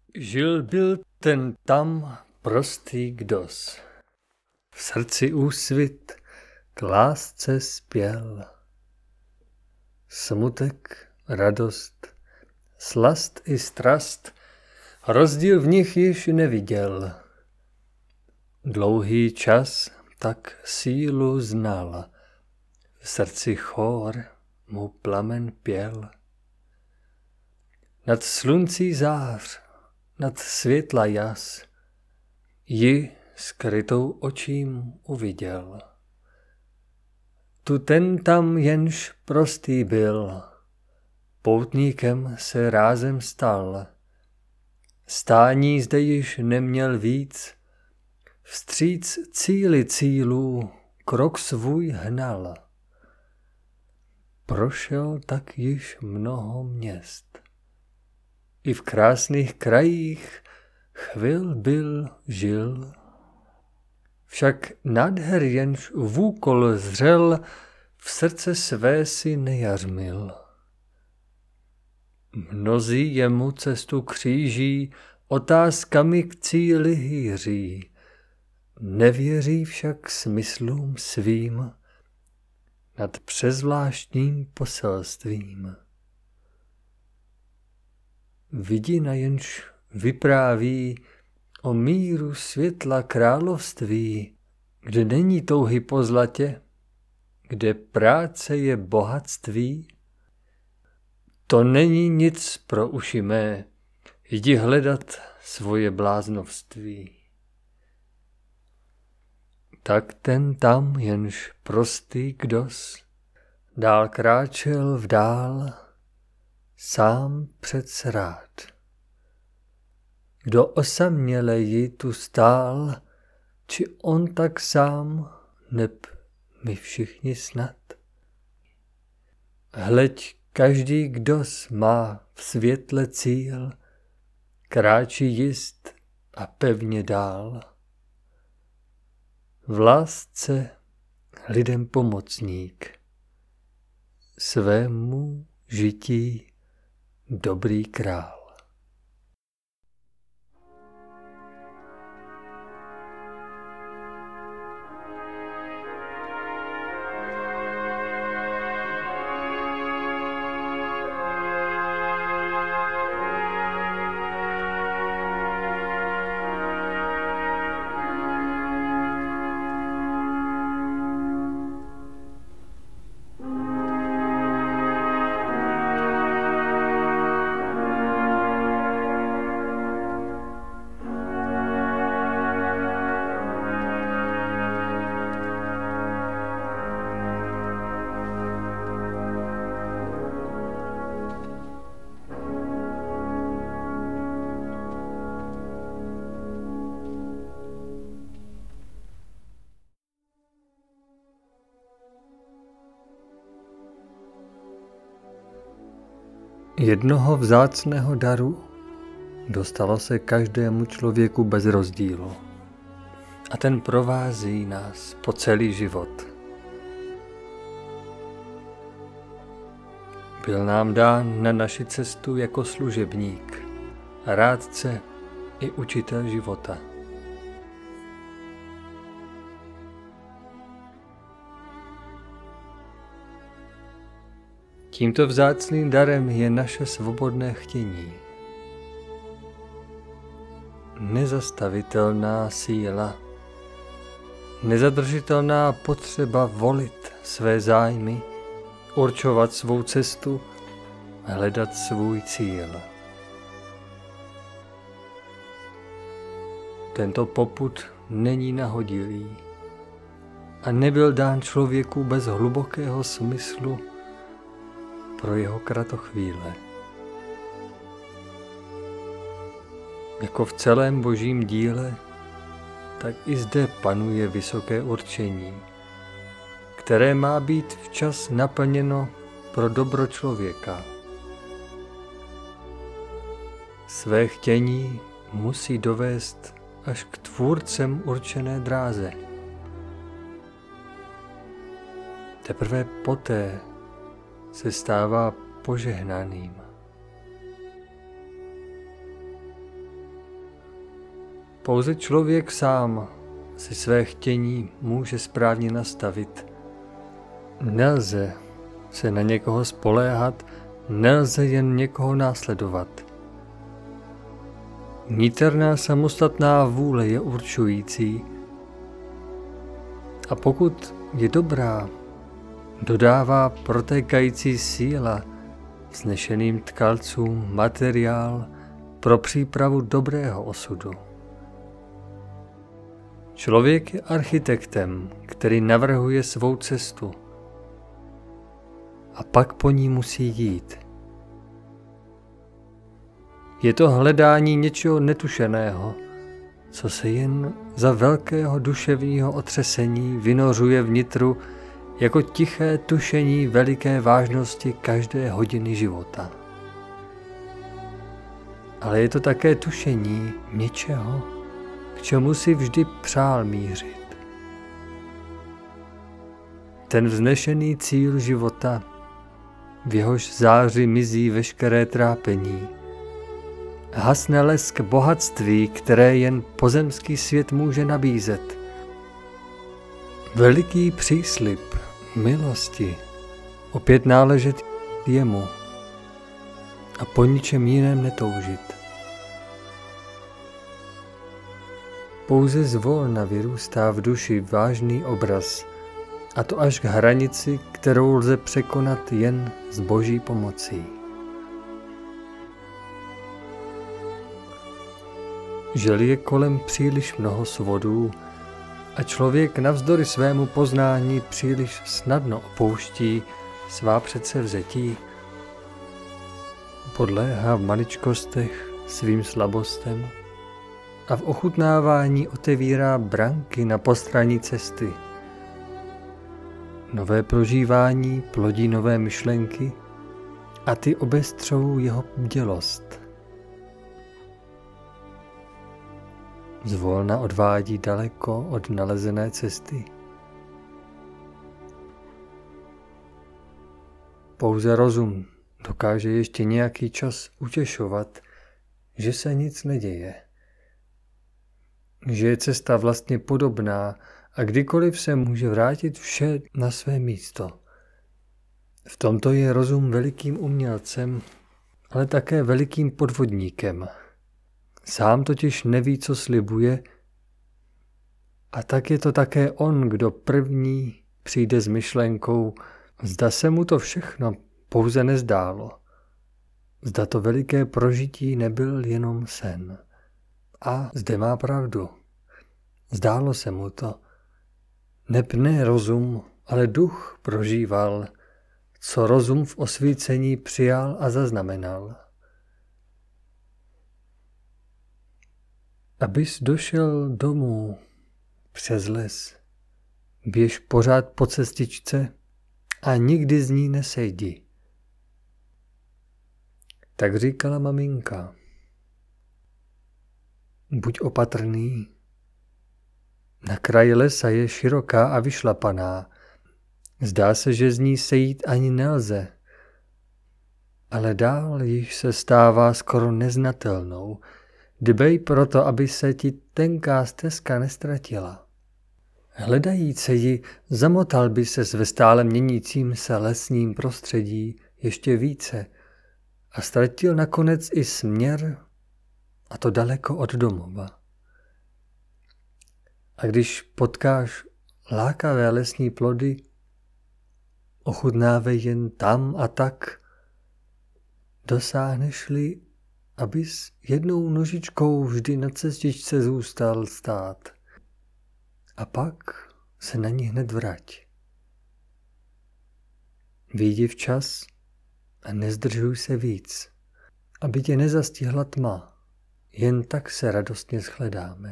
Žil byl ten tam prostý kdos. V srdci úsvit k lásce spěl. Smutek, radost, slast i strast, rozdíl v nich již neviděl. Dlouhý čas tak sílu znal, v srdci chór mu plamen pěl. Nad sluncí zář, nad světla jas, ji skrytou očím uviděl. Tu ten tam jenž prostý byl, poutníkem se rázem stal. Stání zde již neměl víc, vstříc cíli cílů krok svůj hnal. Prošel tak již mnoho měst. I v krásných krajích chvil byl žil. Však nádher jenž vůkol zřel, v srdce své si nejařmil. Mnozí jemu cestu kříží, otázkami k cíli hýří. Nevěří však smyslům svým nad přezvláštním poselstvím. Vidina jenž vypráví o míru světla království, kde není touhy po zlatě, kde práce je bohatství. To není nic pro uši mé, jdi hledat svoje bláznovství. Tak ten tam jenž prostý kdos dál kráčel vdál, sám předsrád. Kdo osamělej tu stál, či on tak sám, neb my všichni snad. Hleď, každý kdos má v světle cíl, kráčí jist a pevně dál. V lásce lidem pomocník, svému žití dobrý král. Jednoho vzácného daru dostalo se každému člověku bez rozdílu. A ten provází nás po celý život. Byl nám dán na naši cestu jako služebník, rádce i učitel života. Tímto vzácným darem je naše svobodné chtění. Nezastavitelná síla, nezadržitelná potřeba volit své zájmy, určovat svou cestu, hledat svůj cíl. Tento popud není nahodilý a nebyl dán člověku bez hlubokého smyslu pro jeho kratochvíle. Jako v celém božím díle, tak i zde panuje vysoké určení, které má být včas naplněno pro dobro člověka. Své chtění musí dovést až k tvůrcem určené dráze. Teprve poté se stává požehnaným. Pouze člověk sám si své chtění může správně nastavit. Nelze se na někoho spoléhat, nelze jen někoho následovat. Niterná samostatná vůle je určující a pokud je dobrá, dodává protékající síla vznešeným tkalcům materiál pro přípravu dobrého osudu. Člověk je architektem, který navrhuje svou cestu a pak po ní musí jít. Je to hledání něčeho netušeného, co se jen za velkého duševního otřesení vynořuje vnitru jako tiché tušení veliké vážnosti každé hodiny života. Ale je to také tušení něčeho, k čemu si vždy přál mířit. Ten vznešený cíl života, v jehož záři mizí veškeré trápení, hasne lesk bohatství, které jen pozemský svět může nabízet. Veliký příslib milosti opět náležet jemu a po ničem jiném netoužit. Pouze zvolna vyrůstá v duši vážný obraz, a to až k hranici, kterou lze překonat jen s Boží pomocí. Žel je kolem příliš mnoho svodů a člověk navzdory svému poznání příliš snadno opouští svá předsevzetí. Podléhá v maličkostech svým slabostem a v ochutnávání otevírá branky na postranní cesty. Nové prožívání plodí nové myšlenky a ty obestřou jeho bdělost. Zvolna odvádí daleko od nalezené cesty. Pouze rozum dokáže ještě nějaký čas utěšovat, že se nic neděje. Že je cesta vlastně podobná a kdykoliv se může vrátit vše na své místo. V tomto je rozum velikým umělcem, ale také velikým podvodníkem. Sám totiž neví, co slibuje, a tak je to také on, kdo první přijde s myšlenkou, zda se mu to všechno pouze nezdálo. Zda to veliké prožití nebyl jenom sen. A zde má pravdu. Zdálo se mu to. Neb ne rozum, ale duch prožíval, co rozum v osvícení přijal a zaznamenal. Abys došel domů přes les, běž pořád po cestičce a nikdy z ní nesejdi. Tak říkala maminka. Buď opatrný. Na kraji lesa je široká a vyšlapaná. Zdá se, že z ní sejít ani nelze. Ale dál již se stává skoro neznatelnou. Dbej proto, aby se ti tenká stezka nestratila. Hledajíce ji, zamotal by ses ve stále měnícím se lesním prostředí ještě více a ztratil nakonec i směr, a to daleko od domova. A když potkáš lákavé lesní plody, ochutnávej jen tam a tak, dosáhneš-li, abys jednou nožičkou vždy na cestičce zůstal stát. A pak se na ní hned vrať. Vyjdi včas a nezdržuj se víc, aby tě nezastihla tma. Jen tak se radostně shledáme.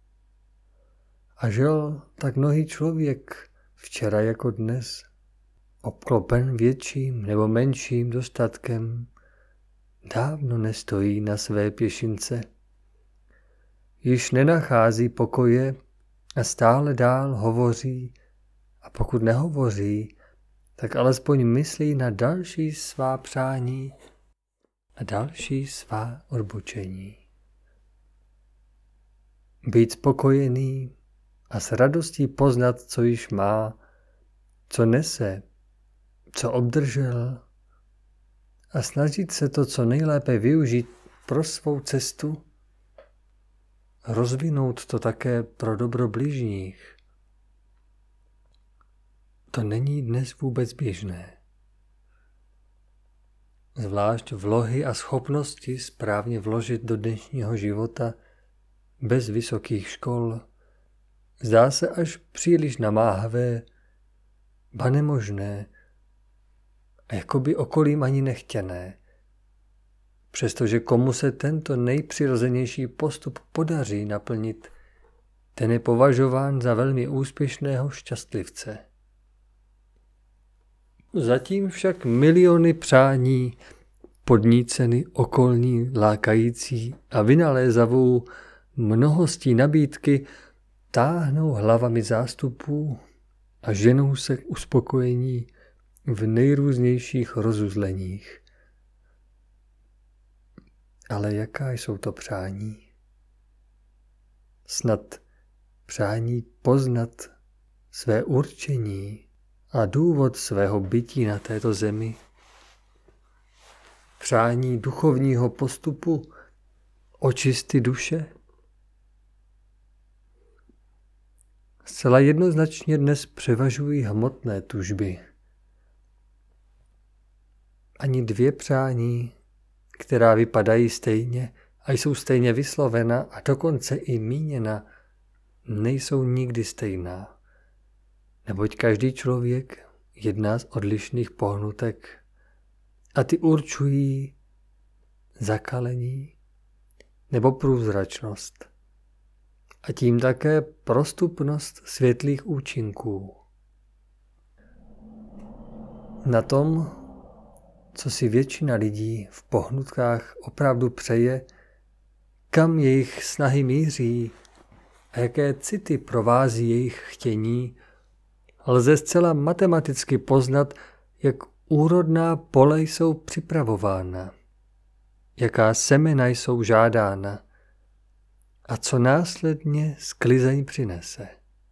A žel tak mnohý člověk, včera jako dnes, obklopen větším nebo menším dostatkem, dávno nestojí na své pěšince. Již nenachází pokoje a stále dál hovoří, a pokud nehovoří, tak alespoň myslí na další svá přání a další svá odbočení. být spokojený a s radostí poznat, co již má, co nese, co obdržel a snažit se to co nejlépe využít pro svou cestu, rozvinout to také pro dobro bližních. To není dnes vůbec běžné. Zvlášť vlohy a schopnosti správně vložit do dnešního života bez vysokých škol zdá se až příliš namáhavé, ba nemožné a jakoby okolím ani nechtěné. Přestože komu se tento nejpřirozenější postup podaří naplnit, ten je považován za velmi úspěšného šťastlivce. Zatím však miliony přání, podníceny okolní, lákající a vynalézavou mnohostí nabídky, táhnou hlavami zástupů a ženou se k uspokojení v nejrůznějších rozuzleních. Ale jaká jsou to přání? Snad přání poznat své určení a důvod svého bytí na této zemi? Přání duchovního postupu, očisty duše? Zcela jednoznačně dnes převažují hmotné tužby. Ani dvě přání, která vypadají stejně a jsou stejně vyslovena a dokonce i míněna, nejsou nikdy stejná. Neboť každý člověk jedná z odlišných pohnutek a ty určují zakalení nebo průzračnost a tím také prostupnost světlých účinků. Na tom, co si většina lidí v pohnutkách opravdu přeje, kam jejich snahy míří a jaké city provází jejich chtění, lze zcela matematicky poznat, jak úrodná pole jsou připravována, jaká semena jsou žádána a co následně sklizeň přinese.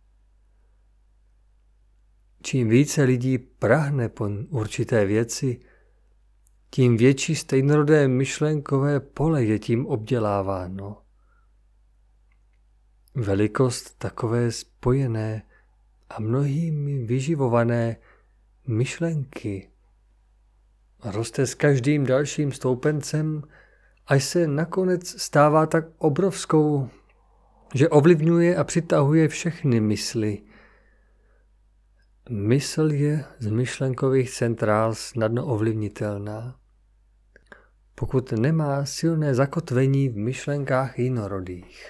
Čím více lidí prahne po určité věci, tím větší stejnorodé myšlenkové pole je tím obděláváno. Velikost takové spojené a mnohými vyživované myšlenky roste s každým dalším stoupencem, až se nakonec stává tak obrovskou, že ovlivňuje a přitahuje všechny mysli. Mysl je z myšlenkových centrál snadno ovlivnitelná, pokud nemá silné zakotvení v myšlenkách jinorodých.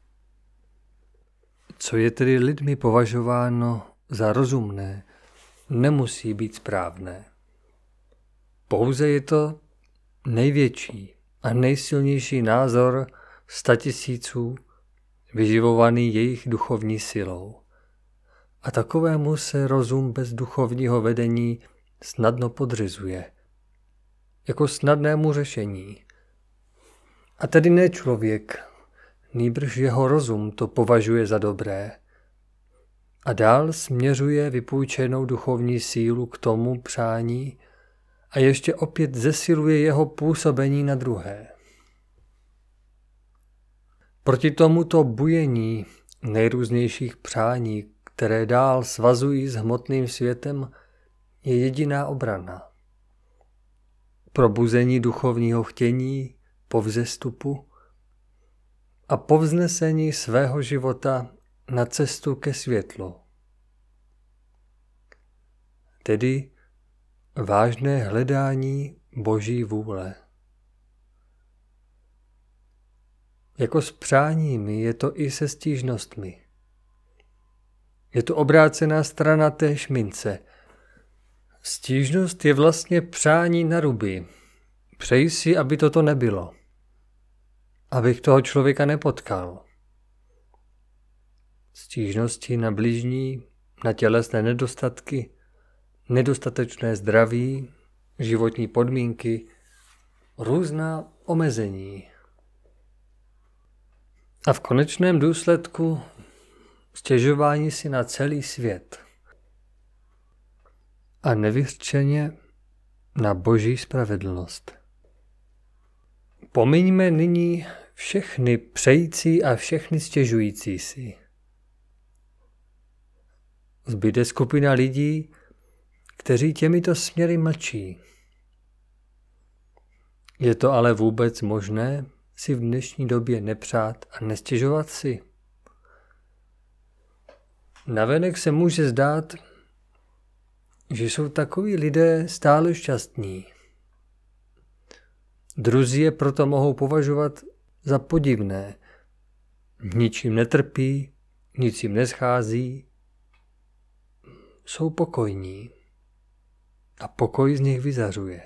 Co je tedy lidmi považováno za rozumné, nemusí být správné. Pouze je to největší a nejsilnější názor statisíců, vyživovaný jejich duchovní silou. A takovému se rozum bez duchovního vedení snadno podřizuje, jako snadnému řešení. A tedy ne člověk, nýbrž jeho rozum to považuje za dobré. A dál směřuje vypůjčenou duchovní sílu k tomu přání a ještě opět zesiluje jeho působení na druhé. Proti tomuto bujení nejrůznějších přání, které dál svazují s hmotným světem, je jediná obrana. Probuzení duchovního chtění po vzestupu a povznesení svého života na cestu ke světlu. Tedy vážné hledání Boží vůle. Jako s přáními je to i se stížnostmi. Je to obrácená strana též mince. Stížnost je vlastně přání na ruby. Přeji si, aby toto nebylo. Abych toho člověka nepotkal. Stížnosti na bližní, na tělesné nedostatky, nedostatečné zdraví, životní podmínky, různá omezení. A v konečném důsledku stěžování si na celý svět a nevyřčeně na Boží spravedlnost. Pomiňme nyní všechny přející a všechny stěžující si. Zbyde skupina lidí, kteří těmito směry mlčí. Je to ale vůbec možné si v dnešní době nepřát a nestěžovat si? Navenek se může zdát, že jsou takoví lidé stále šťastní. Druzí je proto mohou považovat za podivné. Ničím netrpí, nic jim neschází. Jsou pokojní a pokoj z nich vyzařuje.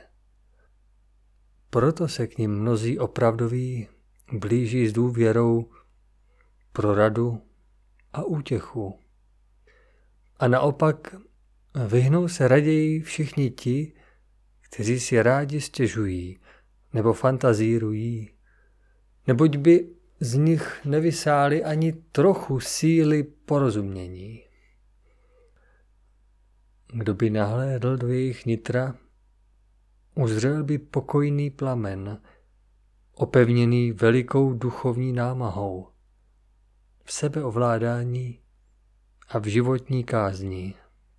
Proto se k nim mnozí opravdoví blíží s důvěrou pro radu a útěchu. A naopak vyhnou se raději všichni ti, kteří si rádi stěžují nebo fantazírují, neboť by z nich nevysály ani trochu síly porozumění. Kdo by nahlédl do jejich nitra, uzřel by pokojný plamen, opevněný velikou duchovní námahou, v sebeovládání a v životní kázni.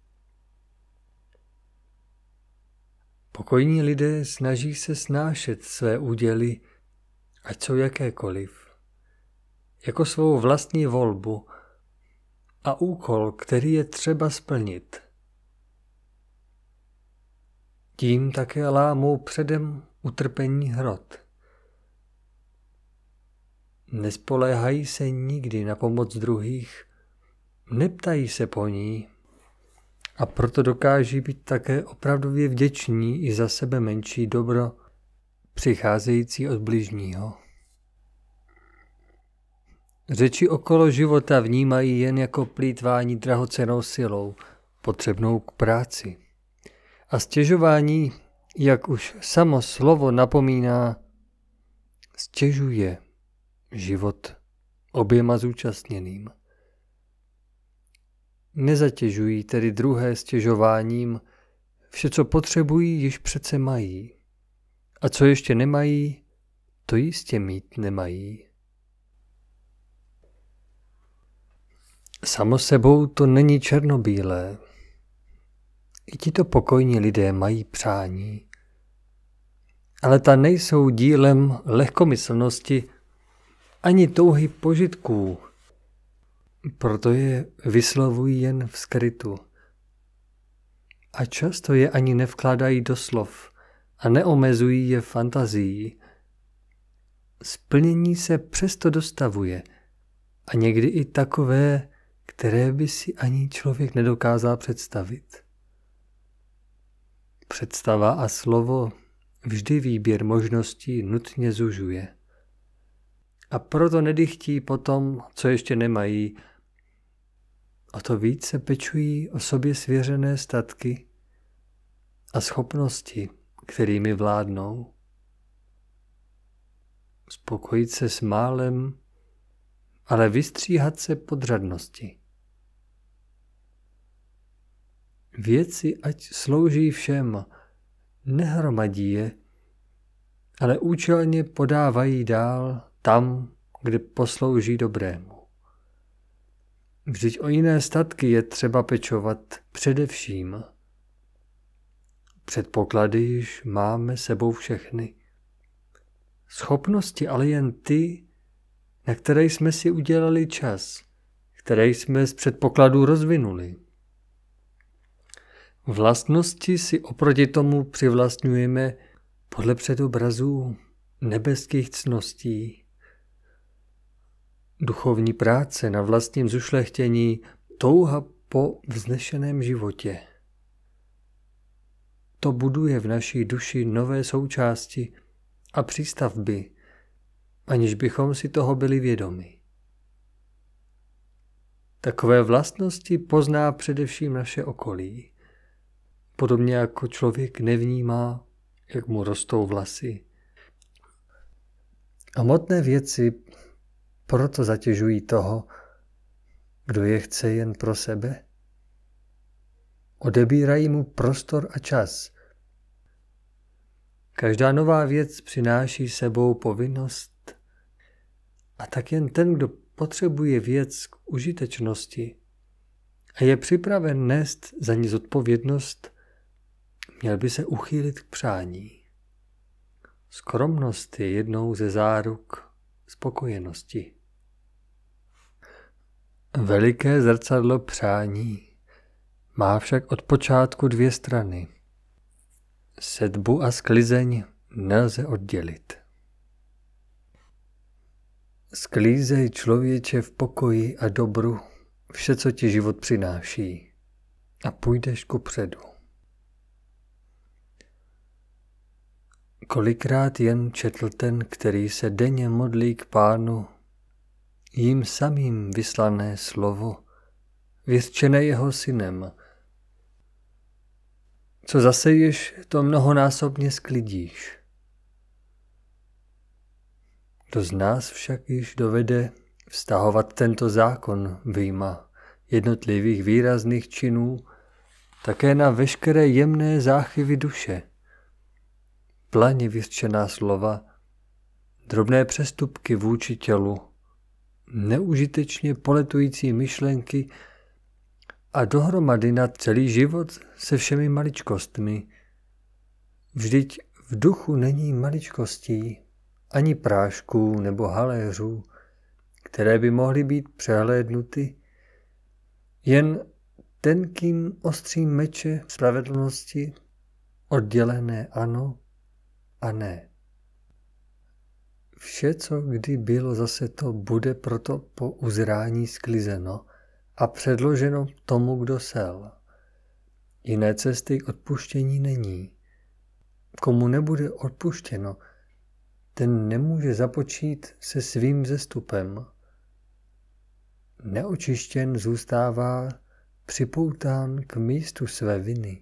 Pokojní lidé snaží se snášet své úděly, ať jsou jakékoliv, jako svou vlastní volbu a úkol, který je třeba splnit. Tím také lámou předem utrpení hrot. Nespoléhají se nikdy na pomoc druhých, neptají se po ní a proto dokáží být také opravdově vděční i za sebe menší dobro přicházející od bližního. Řeči okolo života vnímají jen jako plýtvání drahocennou silou, potřebnou k práci. A stěžování, jak už samo slovo napomíná, stěžuje život oběma zúčastněným. Nezatěžují tedy druhé stěžováním, vše, co potřebují, již přece mají. A co ještě nemají, to jistě mít nemají. Samo sebou to není černobílé. I tito pokojní lidé mají přání, ale ta nejsou dílem lehkomyslnosti ani touhy požitků, proto je vyslovují jen v skrytu. A často je ani nevkládají do slov a neomezují je fantazií. Splnění se přesto dostavuje a někdy i takové, které by si ani člověk nedokázal představit. Představa a slovo vždy výběr možností nutně zužuje. A proto nedychtí po tom, co ještě nemají, o to více pečují o sobě svěřené statky a schopnosti, kterými vládnou. Spokojit se s málem, ale vystříhat se podřadnosti. Věci ať slouží všem, nehromadí je, ale účelně podávají dál tam, kde poslouží dobrému. Vždyť o jiné statky je třeba pečovat především. Předpoklady již máme sebou všechny. Schopnosti ale jen ty, na které jsme si udělali čas, které jsme z předpokladů rozvinuli. Vlastnosti si oproti tomu přivlastňujeme podle předobrazů nebeských ctností. Duchovní práce na vlastním zušlechtění, touha po vznešeném životě. To buduje v naší duši nové součásti a přístavby, aniž bychom si toho byli vědomi. Takové vlastnosti pozná především naše okolí. Podobně jako člověk nevnímá, jak mu rostou vlasy. A hmotné věci proto zatěžují toho, kdo je chce jen pro sebe? Odebírají mu prostor a čas. Každá nová věc přináší sebou povinnost a tak jen ten, kdo potřebuje věc k užitečnosti a je připraven nést za ní zodpovědnost, měl by se uchýlit k přání. Skromnost je jednou ze záruk spokojenosti. Veliké zrcadlo přání má však od počátku dvě strany. Sedbu a sklizeň nelze oddělit. Sklízej, člověče, v pokoji a dobru vše, co ti život přináší, a půjdeš kupředu. Kolikrát jen četl ten, který se denně modlí k Pánu, jím samým vyslané slovo, vyřčené jeho synem. Co zaseješ, to mnohonásobně sklidíš. Kdo z nás však již dovede vztahovat tento zákon vyjma jednotlivých výrazných činů také na veškeré jemné záchvěvy duše, planě vyřčená slova, drobné přestupky vůči tělu, neužitečně poletující myšlenky a dohromady na celý život se všemi maličkostmi. Vždyť v duchu není maličkostí, ani prášků nebo haléřů, které by mohly být přehlédnuty, jen tenkým ostřím meče spravedlnosti oddělené ano a ne. Vše, co kdy bylo, zase to bude proto po uzrání sklizeno a předloženo tomu, kdo sel. Jiné cesty k odpuštění není. Komu nebude odpuštěno, ten nemůže započít se svým vzestupem. Neočištěn zůstává připoután k místu své viny.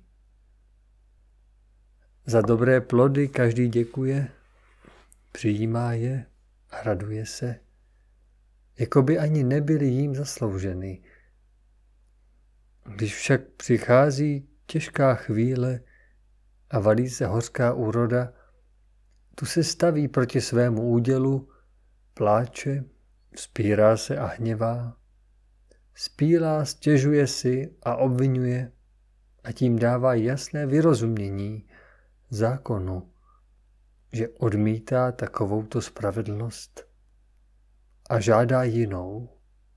Za dobré plody každý děkuje, přijímá je a raduje se, jako by ani nebyly jím zaslouženy. Když však přichází těžká chvíle a valí se hořká úroda, tu se staví proti svému údělu, pláče, vzpírá se a hněvá, spílá, stěžuje si a obvinuje a tím dává jasné vyrozumění zákonu, že odmítá takovouto spravedlnost a žádá jinou.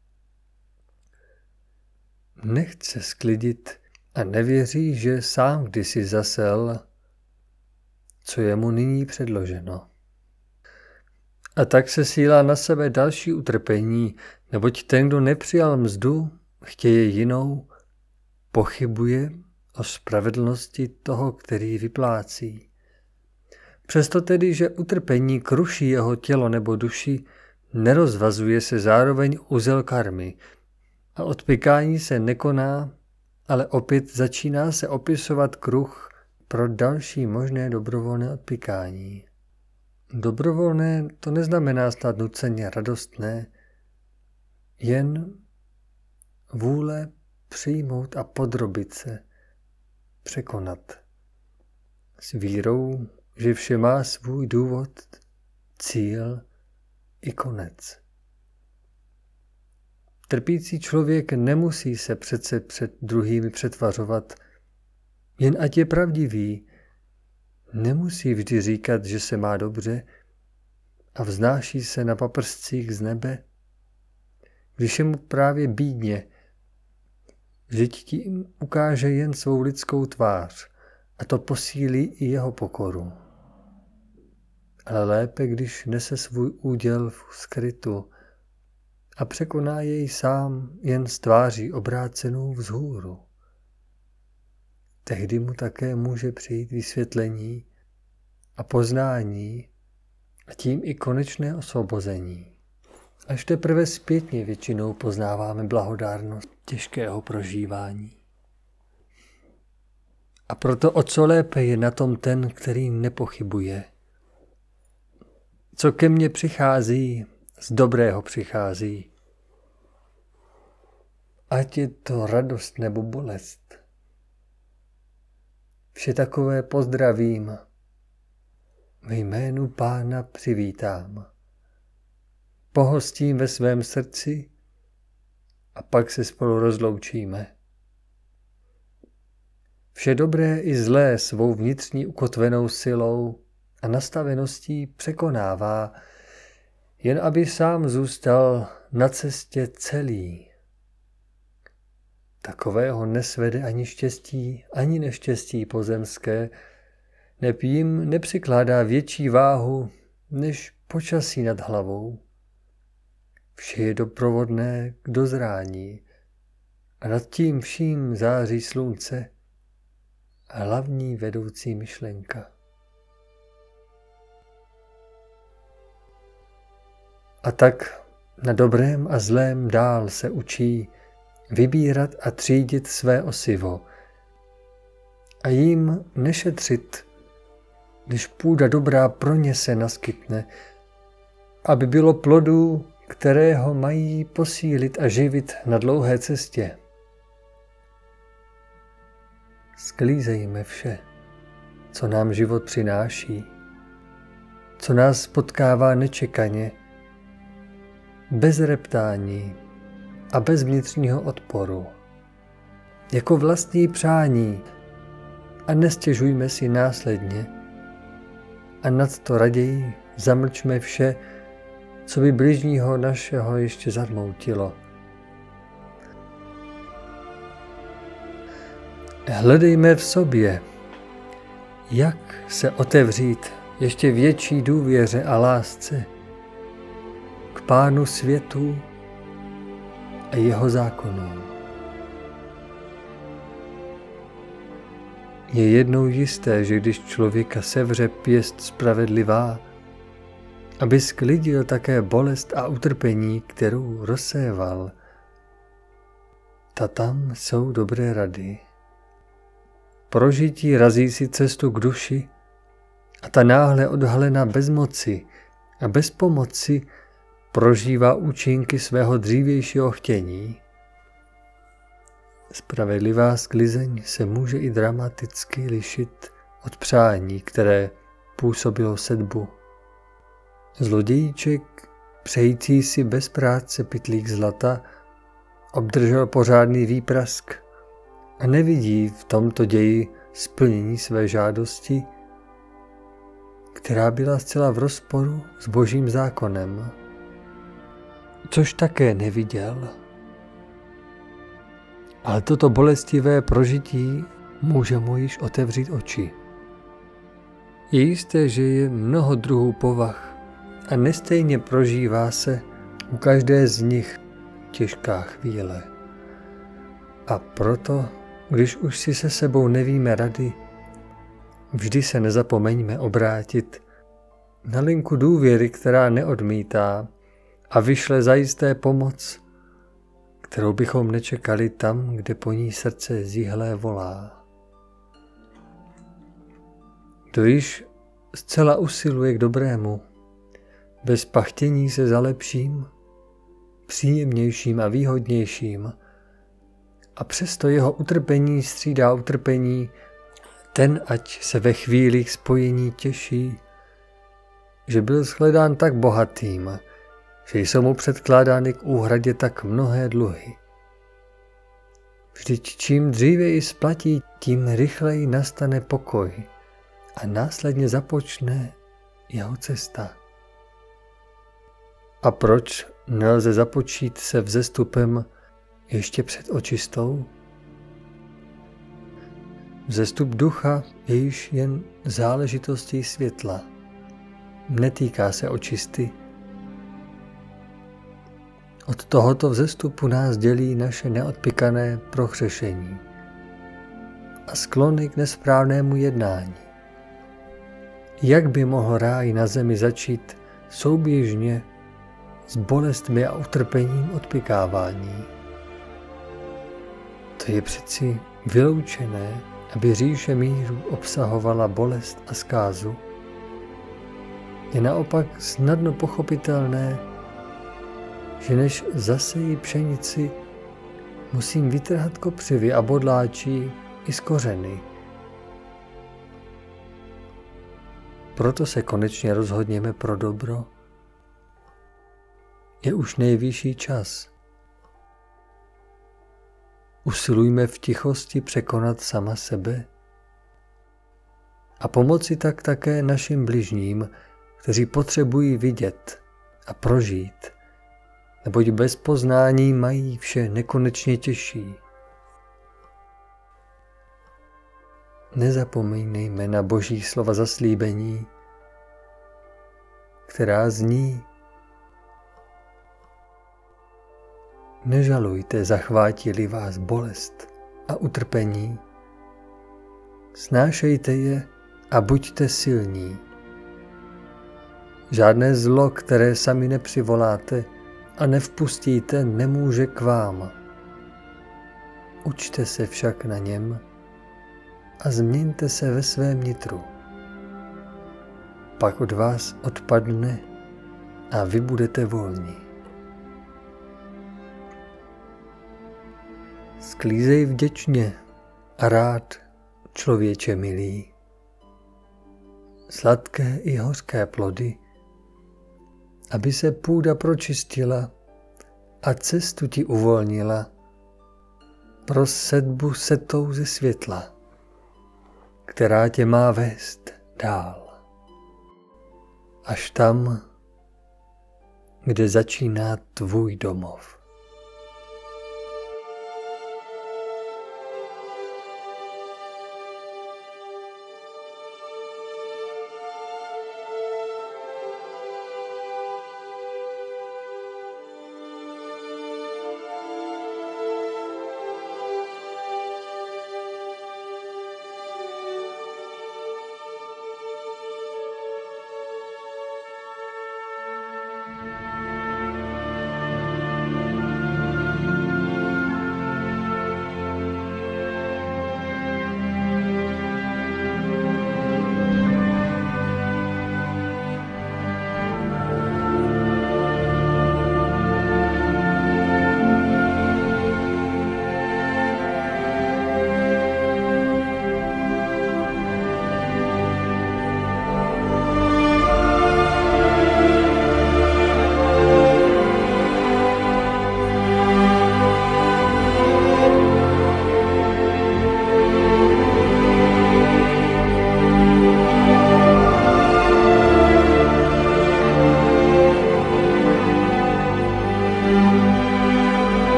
Nechce sklidit a nevěří, že sám kdysi zasel, co je mu nyní předloženo. A tak se sílá na sebe další utrpení, neboť ten, kdo nepřijal mzdu, chtěje jinou, pochybuje o spravedlnosti toho, který vyplácí. Přesto tedy, že utrpení kruší jeho tělo nebo duši, nerozvazuje se zároveň uzel karmy a odpykání se nekoná, ale opět začíná se opisovat kruh pro další možné dobrovolné odpykání. Dobrovolné to neznamená snad nuceně radostné, jen vůle přijmout a podrobit se, překonat. S vírou, že vše má svůj důvod, cíl i konec. Trpící člověk nemusí se přece před druhými přetvařovat, jen ať je pravdivý, nemusí vždy říkat, že se má dobře a vznáší se na paprscích z nebe, když je mu právě bídně, vždyť tím ukáže jen svou lidskou tvář a to posílí i jeho pokoru. Ale lépe, když nese svůj úděl v skrytu a překoná jej sám jen s tváří obrácenou vzhůru. Tehdy mu také může přijít vysvětlení a poznání a tím i konečné osvobození. Až teprve zpětně většinou poznáváme blahodárnost těžkého prožívání. A proto o co lépe je na tom ten, který nepochybuje. Co ke mně přichází, z dobrého přichází. Ať je to radost nebo bolest. Vše takové pozdravím, ve jménu Pána přivítám. Pohostím ve svém srdci a pak se spolu rozloučíme. Vše dobré i zlé svou vnitřní ukotvenou silou a nastaveností překonává, jen aby sám zůstal na cestě celý. Takového nesvede ani štěstí, ani neštěstí pozemské, neb jim nepřikládá větší váhu než počasí nad hlavou. Vše je doprovodné k dozrání a nad tím vším září slunce a hlavní vedoucí myšlenka. A tak na dobrém a zlém dál se učí vybírat a třídit své osivo a jim nešetřit, když půda dobrá pro ně se naskytne, aby bylo plodů, které ho mají posílit a živit na dlouhé cestě. Sklízejme vše, co nám život přináší, co nás potkává nečekaně, bez reptání a bez vnitřního odporu, jako vlastní přání, a nestěžujme si následně a nad to raději zamlčme vše, co by bližního našeho ještě zarmoutilo. Hledejme v sobě, jak se otevřít ještě větší důvěře a lásce k Pánu světů a jeho zákonům. Je jednou jisté, že když člověka sevře pěst spravedlivá, aby sklidil také bolest a utrpení, kterou rozséval, ta tam jsou dobré rady. Prožití razí si cestu k duši a ta náhle odhalena bezmoci a bez pomoci prožívá účinky svého dřívějšího chtění. Spravedlivá sklizeň se může i dramaticky lišit od přání, které působilo sedbu. Zlodějíček, přející si bez práce pytlík zlata, obdržel pořádný výprask a nevidí v tomto ději splnění své žádosti, která byla zcela v rozporu s Božím zákonem, což také neviděl. Ale toto bolestivé prožití může mu již otevřít oči. Je jisté, že je mnoho druhů povah a nestejně prožívá se u každé z nich těžká chvíle. A proto, když už si se sebou nevíme rady, vždy se nezapomeňme obrátit na linku důvěry, která neodmítá a vyšle zajisté pomoc, kterou bychom nečekali tam, kde po ní srdce zihlé volá. Kdo již zcela usiluje k dobrému, bez pachtění se za lepším, příjemnějším a výhodnějším, a přesto jeho utrpení střídá utrpení, ten ať se ve chvílích spojení těší, že byl shledán tak bohatým, že jsou mu předkládány k úhradě tak mnohé dluhy. Vždyť čím dříve splatí, tím rychleji nastane pokoj a následně započne jeho cesta. A proč nelze započít se vzestupem ještě před očistou? Vzestup ducha je již jen záležitostí světla. Netýká se očisty. Od tohoto vzestupu nás dělí naše neodpykané prohřešení a sklony k nesprávnému jednání. Jak by mohl ráj na zemi začít souběžně s bolestmi a utrpením odpykávání? To je přeci vyloučené, aby říše míru obsahovala bolest a zkázu. Je naopak snadno pochopitelné, že než zaseji pšenici, musím vytrhat kopřivy a bodláčí i z kořeny. Proto se konečně rozhodněme pro dobro. Je už nejvyšší čas. Usilujme v tichosti překonat sama sebe a pomoci tak také našim bližním, kteří potřebují vidět a prožít, neboť bez poznání mají vše nekonečně těžší. Nezapomínejme na Boží slova zaslíbení, která zní: nežalujte, zachvátí-li vás bolest a utrpení, snášejte je a buďte silní. Žádné zlo, které sami nepřivoláte a nevpustíte, nemůže k vám. Učte se však na něm a změňte se ve svém nitru. Pak od vás odpadne a vy budete volní. Sklízej vděčně a rád, člověče milý, sladké i hořké plody, aby se půda pročistila a cestu ti uvolnila pro setbu setou ze světla, která tě má vést dál, až tam, kde začíná tvůj domov.